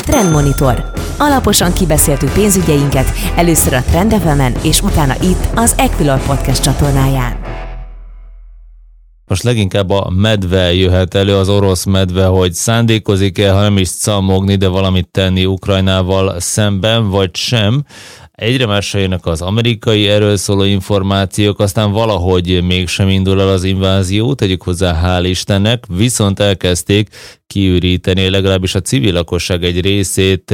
Trendmonitor. Alaposan kibeszéltük pénzügyeinket, először a Trend FM-en, és utána itt az Equilor Podcast csatornáján. Most leginkább a medve jöhet elő, az orosz medve, hogy szándékozik-e, ha nem is cammogni, de valamit tenni Ukrajnával szemben, vagy sem. Egyre másra jönnek az amerikai erről szóló információk, aztán valahogy mégsem indul el az invázió, tegyük hozzá, hál' Istennek, viszont elkezdték kiüríteni, legalábbis a civil lakosság egy részét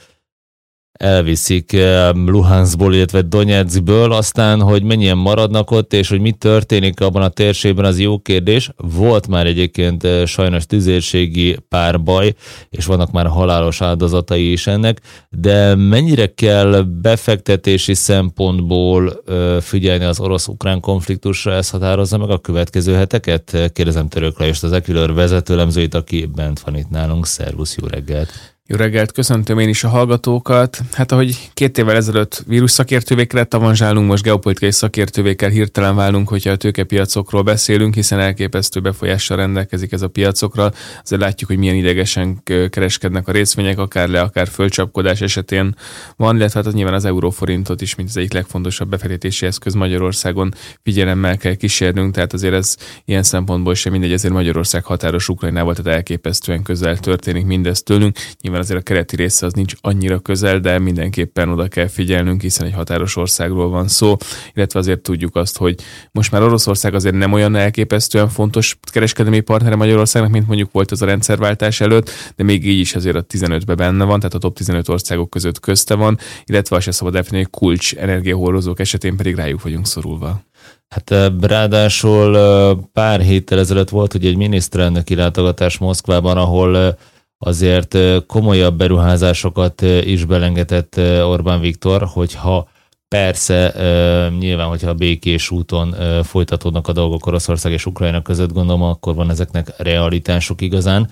elviszik Luhanskból, illetve Donetskből, aztán, hogy mennyien maradnak ott, és hogy mi történik abban a térségben, az jó kérdés. Volt már egyébként sajnos tüzérségi párbaj, és vannak már halálos áldozatai is ennek, de mennyire kell befektetési szempontból figyelni az orosz-ukrán konfliktusra, ez határozza meg a következő heteket? Kérdezem Török Lajost, az Equilor vezetőelemzőit, aki bent van itt nálunk. Szervusz, jó reggelt! Jó reggelt, köszöntöm én is a hallgatókat. Hát ahogy 2 évvel ezelőtt vírus szakértővé kellett avanzsálnunk, most geopolitikai szakértővé kell hirtelen válnunk, hogyha a tőkepiacokról beszélünk, hiszen elképesztő befolyással rendelkezik ez a piacokra. Azért látjuk, hogy milyen idegesen kereskednek a részvények, akár le, akár fölcsapkodás esetén van, illetve hát nyilván az euróforintot is, mint az egyik legfontosabb befektetési eszköz Magyarországon figyelemmel kell kísérnünk, tehát azért ez ilyen szempontból sem mindegy, ezért Magyarország határos Ukrajnával, tehát elképesztően közel történik mindez tőlünk. Nyilván azért a keleti része az nincs annyira közel, de mindenképpen oda kell figyelnünk, hiszen egy határos országról van szó, illetve azért tudjuk azt, hogy most már Oroszország azért nem olyan elképesztően fontos kereskedelmi partnere Magyarországnak, mint mondjuk volt az a rendszerváltás előtt, de még így is azért a 15-ben benne van, tehát a top 15 országok között közte van, illetve azt se szabad elfelejteni, hogy kulcs energiahordozók esetén pedig rájuk vagyunk szorulva. Hát ráadásul pár héttel ezelőtt volt ugye egy miniszterelnöki látogatás Moszkvában, ahol azért komolyabb beruházásokat is belengedett Orbán Viktor, hogyha persze nyilván, hogyha a békés úton folytatódnak a dolgok Oroszország és Ukrajna között, gondolom, akkor van ezeknek realitásuk igazán.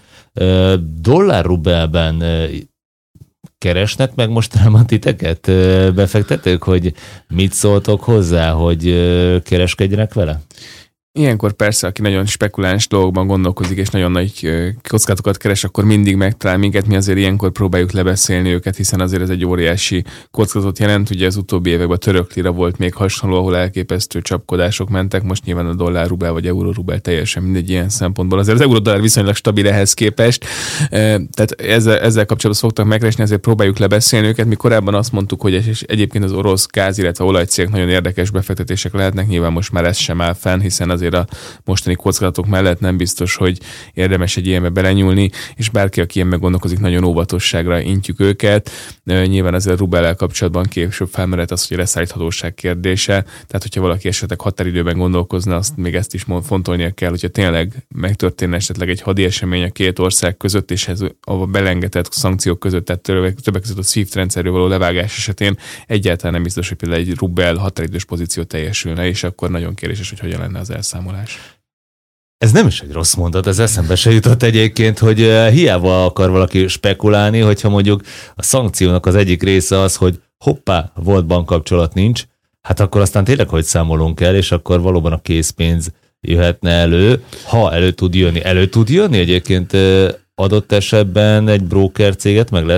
Dollár-rubelben keresnek meg mostanában titeket befektetők, hogy mit szóltok hozzá, hogy kereskedjenek vele? Ilyenkor persze, aki nagyon spekuláns dolgokban gondolkozik, és nagyon nagy kockázatokat keres, akkor mindig megtalál minket, mi azért ilyenkor próbáljuk lebeszélni őket, hiszen azért ez egy óriási kockázatot jelent. Ugye az utóbbi években a török lira volt még hasonló, ahol elképesztő csapkodások mentek, most nyilván a dollár-rubel vagy euró-rubel teljesen mindegy ilyen szempontból. Azért az euró-dollár viszonylag stabil ehhez képest, tehát ezzel kapcsolatban szoktak megkeresni, ezért próbáljuk lebeszélni őket. Mi korábban azt mondtuk, hogy egyébként az orosz gáz, illetve olajcégek nagyon érdekes befektetések lehetnek, nyilván most már ez sem áll fenn, hiszen azért a mostani kockázatok mellett nem biztos, hogy érdemes egy ilyenbe belenyúlni, és bárki, aki ilyenbe gondolkozik, nagyon óvatosságra intjük őket. Nyilván ezzel a rubellel kapcsolatban később felmerült az, hogy a leszállíthatóság kérdése, tehát hogyha valaki esetleg határidőben gondolkozna, azt még ezt is fontolnia kell, hogyha tényleg megtörténne esetleg egy hadi esemény a két ország között, és ez a belengetett szankciók között, tehát többek között a SWIFT rendszerről való levágás esetén egyáltalán nem biztos, hogy például egy rubel határidős pozíció teljesülne, és akkor nagyon kérdéses, hogy hogyan lenne az elszámolás. Ez nem is egy rossz mondat, ez eszembe se jutott egyébként, hogy hiába akar valaki spekulálni, hogyha mondjuk a szankciónak az egyik része az, hogy hoppá, volt bankkapcsolat, nincs, hát akkor aztán tényleg hogy számolunk el, és akkor valóban a készpénz jöhetne elő, ha elő tud jönni. Elő tud jönni egyébként adott esetben egy broker céget, meg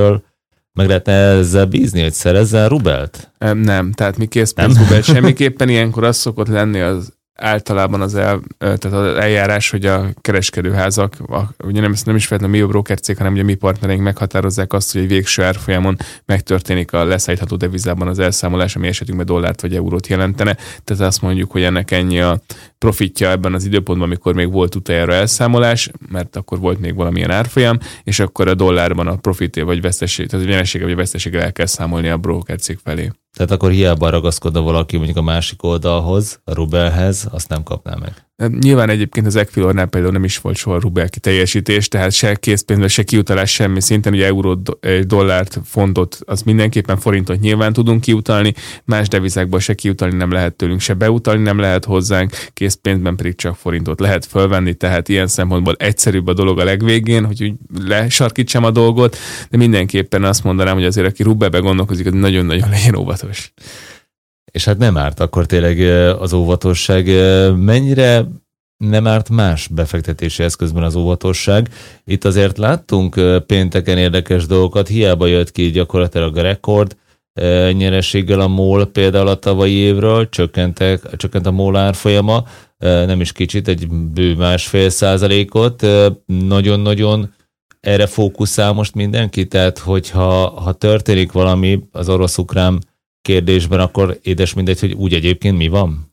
lehetne ezzel bízni, hogy szerezzen rubelt? Nem, tehát mi készpénz rubelt semmiképpen, ilyenkor az szokott lenni az általában tehát az eljárás, hogy a kereskedőházak, ugye nem is feltétlenül mi a broker cég, hanem ugye mi partnereink meghatározzák azt, hogy egy végső árfolyamon megtörténik a leszállítható devizában az elszámolás, ami esetünkben dollárt vagy eurót jelentene. Tehát azt mondjuk, hogy ennek ennyi a profitja ebben az időpontban, amikor még volt utoljára elszámolás, mert akkor volt még valamilyen árfolyam, és akkor a dollárban a profit vagy veszteség, tehát a nyeresége vagy veszteséggel el kell számolni a broker cég felé. Tehát akkor hiába ragaszkodna valaki mondjuk a másik oldalhoz, a rubelhez, azt nem kapná meg. Nyilván egyébként az Equilornál például nem is volt soha rubel kiteljesítés, tehát se készpénzbe, se kiutalás semmi szinten, ugye eurót, dollárt, fontot, az mindenképpen forintot nyilván tudunk kiutalni, más devizákban se kiutalni nem lehet tőlünk, se beutalni nem lehet hozzánk, készpénzben pedig csak forintot lehet fölvenni, tehát ilyen szempontból egyszerűbb a dolog a legvégén, hogy úgy lesarkítsam a dolgot, de mindenképpen azt mondanám, hogy azért aki rubelbe gondolkozik, az nagyon-nagyon legyen óvatos. És hát nem árt akkor tényleg az óvatosság. Mennyire nem árt más befektetési eszközben az óvatosság. Itt azért láttunk pénteken érdekes dolgokat, hiába jött ki gyakorlatilag a rekord nyereséggel a MOL például a tavalyi évről, csökkent a MOL árfolyama, nem is kicsit, egy bő 1,5%-ot, nagyon-nagyon erre fókuszál most mindenki, tehát hogyha történik valami az orosz-ukrán kérdésben, akkor édes mindegy, hogy úgy egyébként mi van?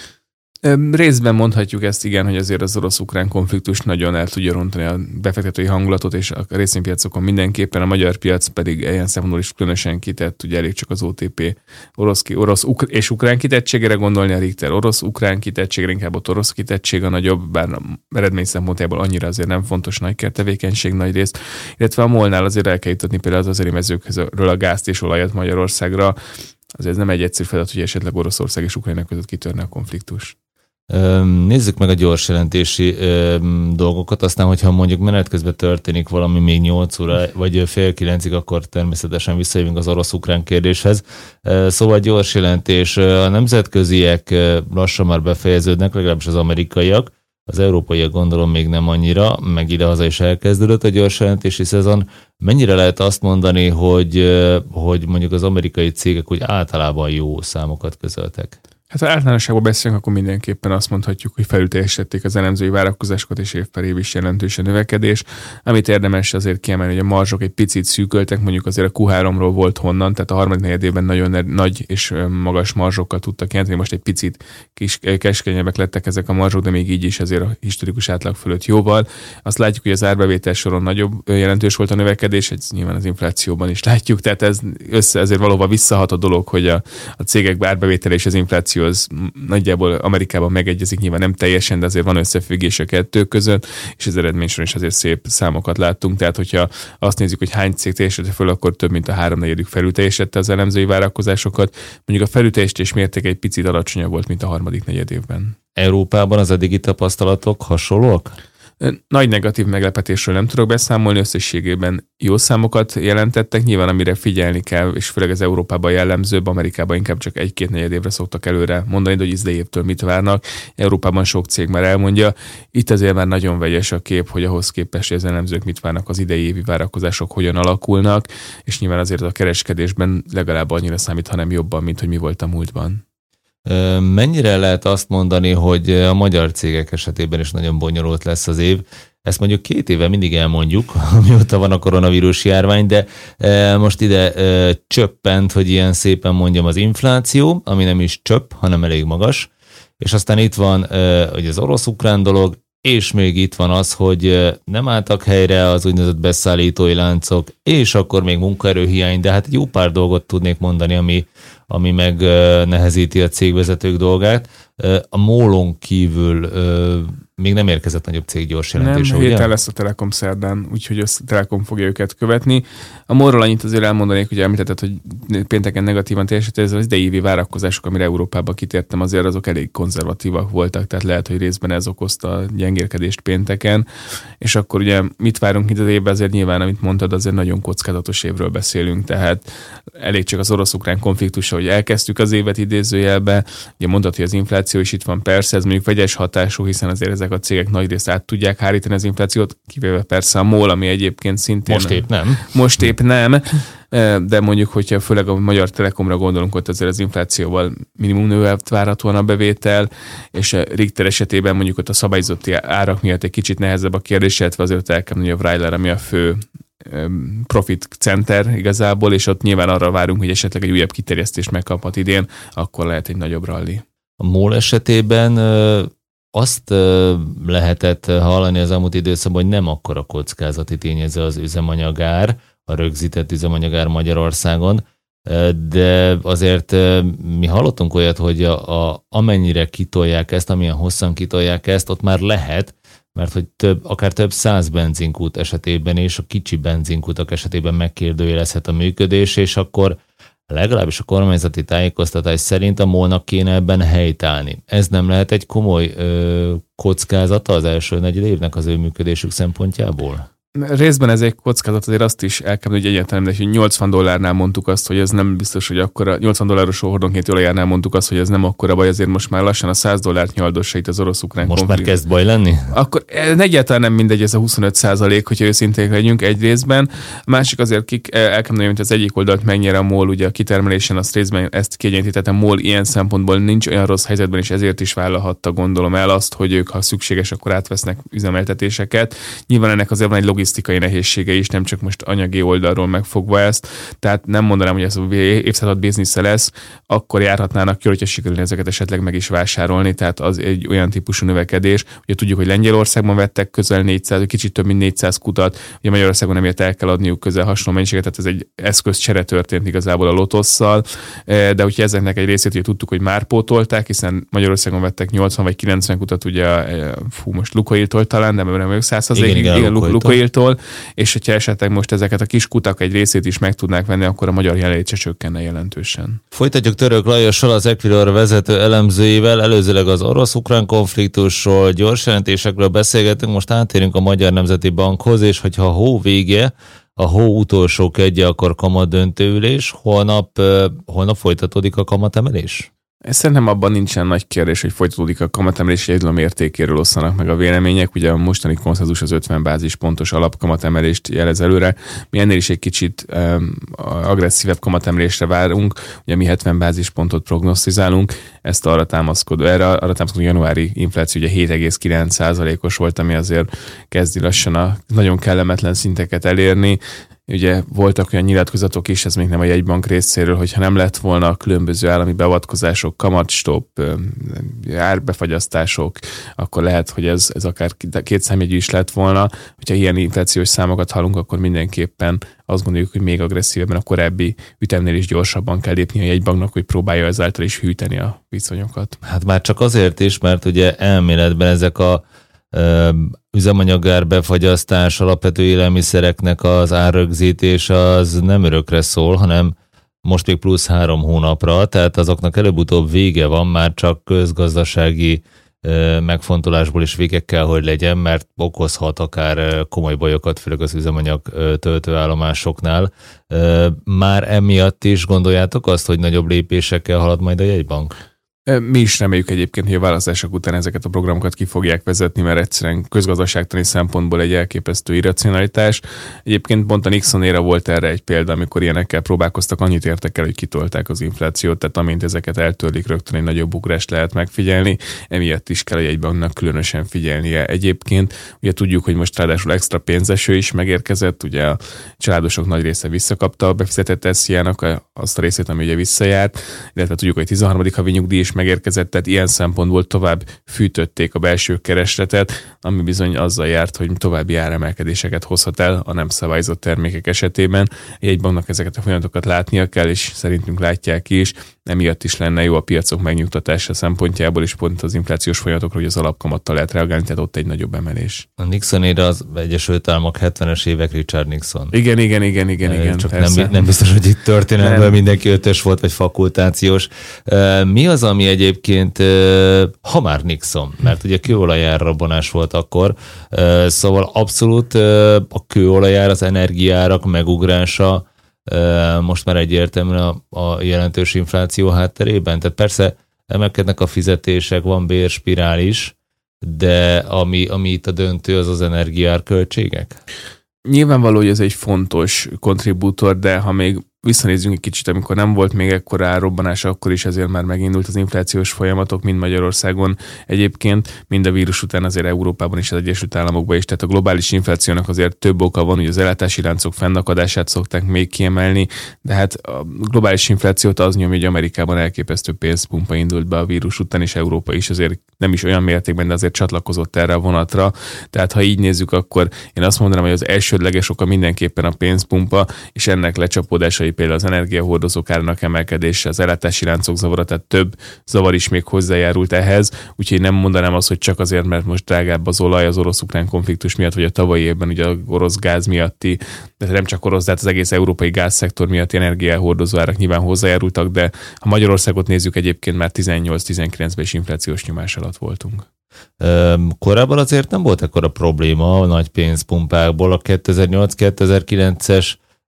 Részben mondhatjuk ezt, igen, hogy azért az orosz-ukrán konfliktus nagyon el tudja rontani a befektetői hangulatot, és a részvénypiacokon mindenképpen, a magyar piac pedig ilyen szempontból is különösen kitett, ugye elég csak az OTP orosz és ukrán kitettségére gondolni, a Richter orosz-ukrán kitettségére, inkább ott orosz kitettség a nagyobb, bár eredmény szempontjából annyira azért nem fontos nagy tevékenység nagy részt, illetve a MOL-nál azért el kell jutatni például az azeri mezőkről a gázt és olajat Magyarországra, azért nem egy egyszerű feladat, hogy esetleg Oroszország és Ukrajna között kitörne a konfliktus. Nézzük meg a gyors jelentési dolgokat, aztán hogyha mondjuk menet közben történik valami még 8 óra, vagy fél 9-ig, akkor természetesen visszajövünk az orosz-ukrán kérdéshez. Szóval gyors jelentés, a nemzetköziek lassan már befejeződnek, legalábbis az amerikaiak, az európaiak gondolom még nem annyira, meg idehaza is elkezdődött a gyors jelentési szezon. Mennyire lehet azt mondani, hogy mondjuk az amerikai cégek úgy általában jó számokat közöltek? Hát ha általánosságban beszélünk, akkor mindenképpen azt mondhatjuk, hogy felülteljesítették az elemzői várakozásokat, és év per év is jelentős a növekedés. Amit érdemes azért kiemelni, hogy a marzsok egy picit szűköltek, mondjuk azért a Q3-ról volt honnan, tehát a harmadik negyedében nagyon nagy és magas marzsokkal tudtak jelenteni, most egy picit keskenyebbek lettek ezek a marzsok, de még így is azért a historikus átlag fölött jóval. Azt látjuk, hogy az árbevétel soron nagyobb jelentős volt a növekedés, ez nyilván az inflációban is látjuk, tehát ez ezért valóban visszahat a dolog, hogy a cégek árbevétele és az infláció az nagyjából Amerikában megegyezik, nyilván nem teljesen, de azért van összefüggés a kettő között, és az eredménysoron is azért szép számokat láttunk. Tehát, hogyha azt nézzük, hogy hány cég teljesítette föl, akkor több mint a 3/4 felülteljesítette az elemzői várakozásokat. Mondjuk a felülteljesítés mérték egy picit alacsonyabb volt, mint a harmadik negyedévben. Európában az eddigi tapasztalatok hasonlóak? Nagy negatív meglepetésről nem tudok beszámolni, összességében jó számokat jelentettek, nyilván amire figyelni kell, és főleg az Európában jellemzőbb, Amerikában inkább csak 1-2 negyedévre szoktak előre mondani, de hogy idei évtől mit várnak. Európában sok cég már elmondja, itt azért már nagyon vegyes a kép, hogy ahhoz képest, hogy az elemzők mit várnak, az idei évi várakozások hogyan alakulnak, és nyilván azért a kereskedésben legalább annyira számít, hanem jobban, mint hogy mi volt a múltban. Mennyire lehet azt mondani, hogy a magyar cégek esetében is nagyon bonyolult lesz az év? Ezt mondjuk 2 éve mindig elmondjuk, amióta van a koronavírus járvány, de most ide csöppent, hogy ilyen szépen mondjam, az infláció, ami nem is csöpp, hanem elég magas, és aztán itt van hogy az orosz-ukrán dolog, és még itt van az, hogy nem álltak helyre az úgynevezett beszállítói láncok, és akkor még munkaerőhiány, de hát jó pár dolgot tudnék mondani, ami meg nehezíti a cégvezetők dolgát. A MOL-on kívül még nem érkezett nagyobb cég gyors jelentése, nem, ugye? héten lesz a Telekom szerdán, úgyhogy a Telekom fogja őket követni. A MOL-ról annyit azért elmondanék, hogy említetted, hogy pénteken negatívan teljesített, ez az idei évi várakozások, amire Európában kitértem, azért azok elég konzervatívak voltak, tehát lehet, hogy részben ez okozta a gyengélkedést pénteken. És akkor ugye mit várunk itt az évben, azért nyilván, amit mondtad, azért nagyon kockázatos évről beszélünk, tehát elég csak az orosz-ukrán konfliktusa, hogy elkezdtük az évet idézőjelbe, ugye mondtad, hogy az infláció is itt van, persze, ez mondjuk vegyes hatású, hiszen azért ezek a cégek nagy részt át tudják hárítani az inflációt, kivéve persze a MOL, ami egyébként szintén... Most épp nem, de mondjuk, hogyha főleg a Magyar Telekomra gondolunk, ott azért az inflációval minimum nőtt várhatóan a bevétel, és a Richter esetében mondjuk ott a szabályozott árak miatt egy kicsit nehezebb a kérdés, illetve azért el kell mondani, a Wreiler, ami a fő profit center igazából, és ott nyilván arra várunk, hogy esetleg egy újabb kiterjesztést megkaphat idén, akkor lehet egy nagyobb ralli. A MOL esetében azt lehetett hallani az elmúlt időszakban, hogy nem akkora kockázati tényező az üzemanyagár, a rögzített üzemanyagár Magyarországon, de azért mi hallottunk olyat, hogy amennyire kitolják ezt, amilyen hosszan kitolják ezt, ott már lehet, mert hogy akár több 100 benzinkút esetében és a kicsi benzinkutak esetében megkérdőjelezhet a működés, és akkor legalábbis a kormányzati tájékoztatás szerint a MOL-nak kéne ebben helytállni. Ez nem lehet egy komoly kockázata az első negyed évnek az ő működésük szempontjából? Részben ez egy kockázat, azért azt is el kell, hogy egyáltalán, hogy $80 mondtuk azt, hogy ez nem biztos, hogy akkora, $80 hordonként olajárnál mondtuk azt, hogy ez nem akkora baj, azért most már lassan a $100 nyaldossa itt az orosz-ukrán Most konfliktus. már kezd baj lenni? Akkor egyáltalán nem mindegy ez a 25%, hogyha őszinték legyünk egy részben. A másik azért el kell mondani, hogy az egyik oldalt mennyire a MOL, ugye a kitermelésen azt részben ezt kiegyenlítette, a MOL ilyen szempontból nincs olyan rossz helyzetben, és ezért is vállalhatta, gondolom el azt, hogy ők, ha szükséges, akkor átvesznek üzemeltetéseket. Nyilván ennek azért van egy logisztikai nehézsége is, nem csak most anyagi oldalról megfogva ezt, tehát nem mondanám, hogy ez az évszázad biznisze lesz, akkor járhatnának ki, hogyha sikerülne ezeket esetleg meg is vásárolni, tehát az egy olyan típusú növekedés. Ugye tudjuk, hogy Lengyelországban vettek közel 400, kicsit több mint 400 kutat, ugye Magyarországon emiatt el kell adniuk közel hasonló mennyiséget, tehát ez egy eszközcsere történt igazából a Lotosszal, de hogyha ezeknek egy részét ugye tudtuk, hogy már pótolták, hiszen Magyarországon vettek 80 vagy 90 kutat, ugye most Lukoiltól talán, de nem vagyok 100%, Lukoiltól, és hogyha esetleg most ezeket a kis kutak egy részét is meg tudnák venni, akkor a magyar jelenlét se csökkenne jelentősen. Folytatjuk Török Lajossal, az Equilor vezető elemzőjével, előzőleg az orosz-ukrán konfliktusról, gyors jelentésekről beszélgetünk, most átérünk a Magyar Nemzeti Bankhoz, és hogyha a hó vége, a hó utolsó kedje, akkor kamat döntőülés, holnap folytatódik a kamatemelés? Szerintem abban nincsen nagy kérdés, hogy folytatódik a kamatemelés, egyedül a mértékéről osszanak meg a vélemények. Ugye a mostani konszenzus az 50 bázispontos alapkamatemelést jelez előre. Mi ennél is egy kicsit agresszívebb kamatemelésre várunk. Ugye mi 70 bázispontot prognosztizálunk. Ezt arra támaszkodó januári infláció ugye 7,9%-os volt, ami azért kezdi lassan a nagyon kellemetlen szinteket elérni. Ugye voltak olyan nyilatkozatok is, ez még nem a jegybank részéről, hogyha nem lett volna a különböző állami beavatkozások, kamatstop, árbefagyasztások, akkor lehet, hogy ez akár kétszámjegyű is lett volna. Hogyha ilyen inflációs számokat hallunk, akkor mindenképpen azt gondoljuk, hogy még agresszívebben a korábbi ütemnél is gyorsabban kell lépni a jegybanknak, hogy próbálja ezáltal is hűteni a viszonyokat. Hát már csak azért is, mert ugye elméletben ezek a üzemanyagár befagyasztás, alapvető élelmiszereknek az árrögzítés az nem örökre szól, hanem most még plusz 3 hónapra, tehát azoknak előbb-utóbb vége van, már csak közgazdasági megfontolásból is vége kell, hogy legyen, mert okozhat akár komoly bajokat, főleg az üzemanyag töltőállomásoknál. Már emiatt is gondoljátok azt, hogy nagyobb lépésekkel halad majd a jegybank? Mi is reméljük egyébként, hogy a választások után ezeket a programokat ki fogják vezetni, mert egyszerűen közgazdaságtani szempontból egy elképesztő irracionalitás. Egyébként pont a Nixon-éra volt erre egy példa, amikor ilyenekkel próbálkoztak, annyit értek el, hogy kitolták az inflációt, tehát amint ezeket eltörlik, rögtön egy nagyobb ugrást lehet megfigyelni, emiatt is kell a jegybanknak különösen figyelnie. Egyébként ugye tudjuk, hogy most ráadásul extra pénzeső is megérkezett, ugye a családosok nagy része visszakapta a befizetett SZIA-nak azt a részét, ami ugye visszajárt, illetve tudjuk, hogy 13. havi nyugdíj is megérkezett, tehát ilyen szempontból tovább fűtötték a belső keresletet, ami bizony azzal járt, hogy további áremelkedéseket hozhat el a nem szabályozott termékek esetében. A jegybanknak ezeket a folyamatokat látnia kell, és szerintünk látják is. Emiatt is lenne jó a piacok megnyugtatása szempontjából, és pont az inflációs folyamatokra, hogy az alapkamattal lehet reagálni, tehát ott egy nagyobb emelés. A Nixon-éra az Egyesült Államok 70-es évek Richard Nixon. Igen. Csak nem biztos, hogy itt történelmben mindenki 5-ös volt, vagy fakultációs. Mi az, ami egyébként, ha már Nixon, mert ugye kőolajár robbanás volt akkor, szóval abszolút a kőolajár, az energiárak megugrása most már egyértelműen a jelentős infláció hátterében. Tehát persze emelkednek a fizetések, van bérspirál is, de ami itt a döntő, az energiárköltségek? Nyilvánvaló, hogy ez egy fontos kontribútor, de ha még visszanézzünk egy kicsit, amikor nem volt még ekkora árrobbanás, akkor is ezért már megindult az inflációs folyamatok, mind Magyarországon egyébként, mind a vírus után azért Európában és az Egyesült Államokban is. Tehát a globális inflációnak azért több oka van, hogy az ellátási láncok fennakadását szokták még kiemelni, de hát a globális inflációt az nyomja, hogy Amerikában elképesztő pénzpumpa indult be a vírus után, és Európa is azért nem is olyan mértékben, de azért csatlakozott erre a vonatra. Tehát ha így nézzük, akkor én azt mondanám, hogy az elsődleges oka mindenképpen a pénzpumpa, és ennek lecsapódásai például az energiahordozók árának emelkedése, az ellátási láncok zavara, tehát több zavar is még hozzájárult ehhez, úgyhogy nem mondanám azt, hogy csak azért, mert most drágább az olaj az orosz-ukrán konfliktus miatt, vagy a tavalyi évben ugye a orosz gáz miatti, de nem csak orosz, de hát az egész európai gázszektor miatti energiahordozó árak nyilván hozzájárultak, de ha Magyarországot nézzük, egyébként már 18-19-ben is inflációs nyomás alatt voltunk. Korábban azért nem volt ekkora probléma a nagy pénzpumpákból. A 2008-2009-es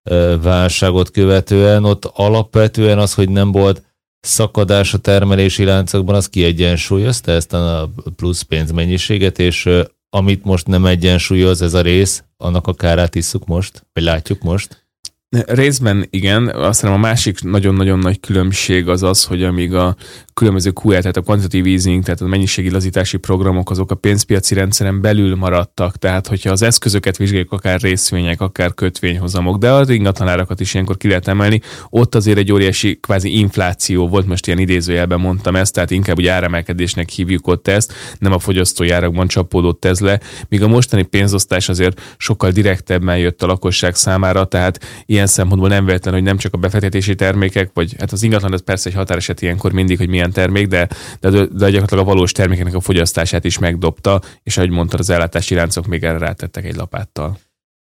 válságot követően ott alapvetően az, hogy nem volt szakadás a termelési láncokban, az kiegyensúlyozta ezt a plusz pénzmennyiséget, és amit most nem egyensúlyoz ez a rész, annak a kárát isszuk most, vagy látjuk most? Részben igen, aztán a másik nagyon-nagyon nagy különbség az az, hogy amíg a különböző QE, tehát a quantitative easing, tehát a mennyiségi lazítási programok, azok a pénzpiaci rendszeren belül maradtak, tehát hogyha az eszközöket vizsgáljuk, akár részvények, akár kötvényhozamok, de az ingatlanárakat is ilyenkor ki lehet emelni, ott azért egy óriási kvázi infláció volt, most ilyen idézőjelben mondtam ezt, tehát inkább úgy áremelkedésnek hívjuk ott ezt, nem a fogyasztói árakban csapódott ez le, míg a mostani pénzosztás azért sokkal direktebben jött a lakosság számára, tehát ilyen szempontból nem véletlen, hogy nem csak a befektetési termékek, vagy hát az ingatlan az persze egy határeset ilyenkor mindig, hogy milyen termék, de gyakorlatilag a valós termékeknek a fogyasztását is megdobta, és ahogy mondtad, az ellátási láncok még erre rátettek egy lapáttal.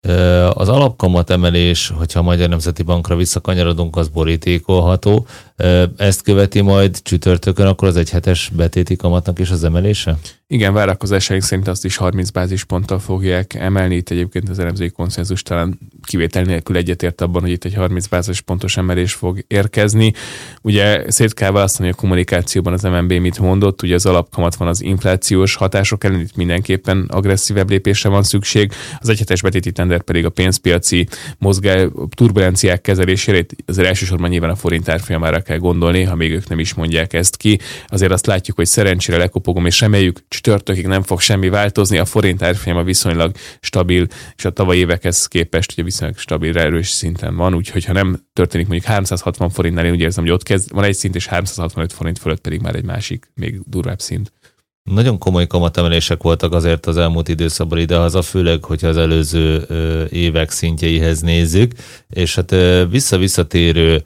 Az alapkamat emelés, hogyha a Magyar Nemzeti Bankra visszakanyarodunk, az borítékolható. Ezt követi majd csütörtökön akkor az egyhetes betéti kamatnak is az emelése? Igen, várakozásaink szerint azt is 30 bázisponttal fogják emelni. Itt egyébként az elemzői konszenzus talán kivétel nélkül egyetért abban, hogy itt egy 30 bázispontos emelés fog érkezni. Ugye szét kell választani a kommunikációban az MNB mit mondott, ugye az alapkamat van az inflációs hatások ellen, itt mindenképpen agresszívebb lépésre van szükség. Az egyhetes betéti tender pedig a pénzpiaci turbulenciák kezelésére, azért elsősorban nyilván a forint árfolyamára kell gondolni, ha még ők nem is mondják ezt ki. Azért azt látjuk, hogy szerencsére lekopogom, és reméljük, csütörtökig nem fog semmi változni, a forint árfolyama viszonylag stabil, és a tavalyi évekhez képest ugye viszonylag stabil, erős szinten van, úgyhogy ha nem történik mondjuk 360 forintnál, én úgy érzem, hogy ott van egy szint, és 365 forint fölött pedig már egy másik, még durvább szint. Nagyon komoly kamatemelések voltak azért az elmúlt időszakban idehaza, főleg, hogyha az előző évek szintjeihez nézzük, és hát visszatérő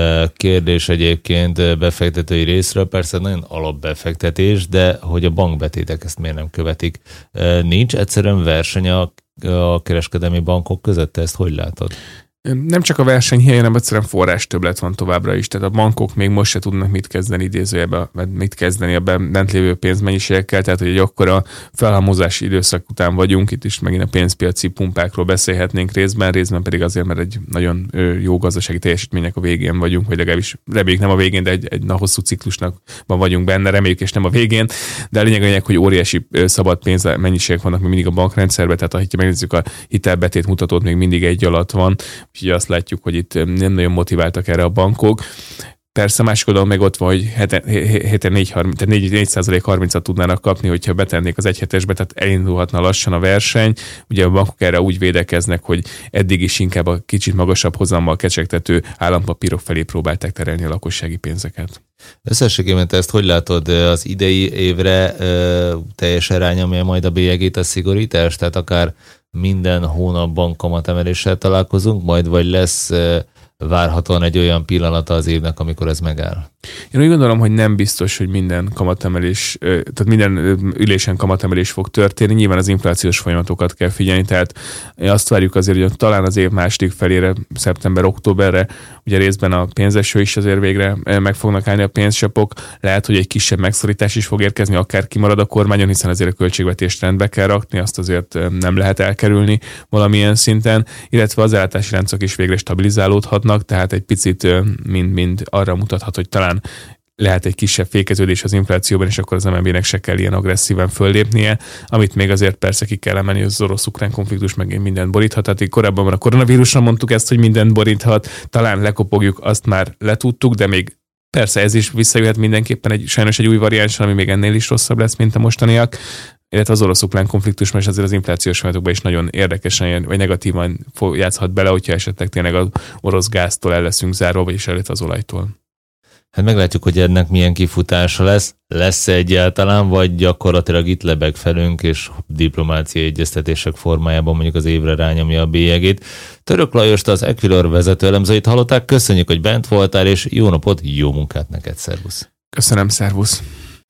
kérdés egyébként befektetői részről, persze nagyon alapbefektetés, de hogy a bankbetétek ezt miért nem követik. Nincs egyszerűen verseny a kereskedelmi bankok között, ezt hogy látod? Nem csak a verseny hiány, hanem egyszerűen forrástöbblet van továbbra is. Tehát a bankok még most se tudnak mit kezdeni idézőjebe, mit kezdeni a bent lévő pénzmennyiségekkel, tehát hogy egy akkora felhalmozási időszak után vagyunk, itt is megint a pénzpiaci pumpákról beszélhetnénk részben pedig azért, mert egy nagyon jó gazdasági teljesítménynek a végén vagyunk, vagy legalábbis reméljük nem a végén, de egy hosszú ciklusnak vagyunk benne, reméljük és nem a végén, de a lényeg, hogy óriási szabad pénzmennyiségek vannak még mindig a bankrendszerben, tehát ha megnézzük a hitelbetét mutatót, még mindig egy alatt van. Úgyhogy azt látjuk, hogy itt nem nagyon motiváltak erre a bankok. Persze másik oldalon meg ott van, hogy héten 4% 30-at tudnának kapni, hogyha betennék az egyhetesbe, tehát elindulhatna lassan a verseny. Ugye a bankok erre úgy védekeznek, hogy eddig is inkább a kicsit magasabb hozammal kecsegtető állampapírok felé próbálták terelni a lakossági pénzeket. Összességében te ezt hogy látod az idei évre teljes irányomja majd a bélyegét a szigorítás? Tehát akár minden hónapban kamatemeléssel találkozunk, majd vagy lesz várhatóan egy olyan pillanata az évnek, amikor ez megáll? Én úgy gondolom, hogy nem biztos, hogy minden kamatemelés, tehát minden ülésen kamatemelés fog történni. Nyilván az inflációs folyamatokat kell figyelni, tehát azt várjuk azért, hogy talán az év második felére, szeptember-októberre, ugye részben a pénzeső is azért végre meg fognak állni a pénzcsapok. Lehet, hogy egy kisebb megszorítás is fog érkezni, akár kimarad a kormányon, hiszen azért a költségvetést rendbe kell rakni, azt azért nem lehet elkerülni valamilyen szinten, illetve az ellátási láncok is végre stabilizálódhatnak, tehát egy picit mind arra mutathat, hogy talán lehet egy kisebb fékeződés az inflációban, és akkor az MNB-nek se kell ilyen agresszíven föllépnie, amit még azért persze ki kell emelni, az orosz-ukrán konfliktus meg mindent boríthat. Tehát korábban a koronavírusra mondtuk ezt, hogy mindent boríthat, talán lekopogjuk, azt már letudtuk, de még persze ez is visszajöhet mindenképpen sajnos egy új variáns, ami még ennél is rosszabb lesz, mint a mostaniak, illetve az orosz-ukrán konfliktus, mert azért az inflációs folyamatokban is nagyon érdekesen, vagy negatívan játszhat bele, hogyha esetleg tényleg az orosz gáztól el leszünk zárva, vagyis előtt az olajtól. Hát meglátjuk, hogy ennek milyen kifutása lesz-e egyáltalán, vagy gyakorlatilag itt lebeg felünk, és diplomáciai egyeztetések formájában mondjuk az évre rányomja a bélyegét. Török Lajost, az Equilor vezető elemzőit hallották, köszönjük, hogy bent voltál, és jó napot, jó munkát neked, szervusz! Köszönöm, szervusz!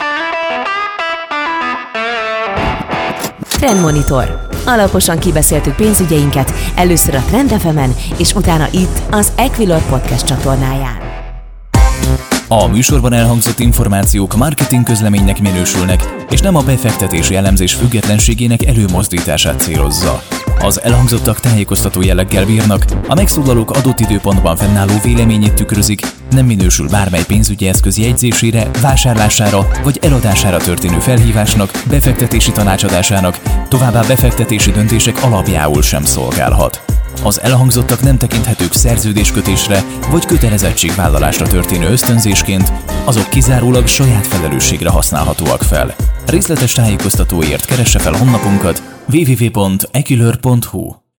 Trendmonitor. Alaposan kibeszéltük pénzügyeinket, először a Trend FM-en, és utána itt az Equilor Podcast csatornáján. A műsorban elhangzott információk marketing közleménynek minősülnek, és nem a befektetési elemzés függetlenségének előmozdítását célozza. Az elhangzottak tájékoztató jelleggel bírnak, a megszólalók adott időpontban fennálló véleményét tükrözik, nem minősül bármely pénzügyi eszköz jegyzésére, vásárlására vagy eladására történő felhívásnak, befektetési tanácsadásának, továbbá befektetési döntések alapjául sem szolgálhat. Az elhangzottak nem tekinthetők szerződéskötésre vagy kötelezettségvállalásra történő ösztönzésként, azok kizárólag saját felelősségre használhatóak fel. Részletes tájékoztatóért keresse fel honlapunkat www.equilor.hu.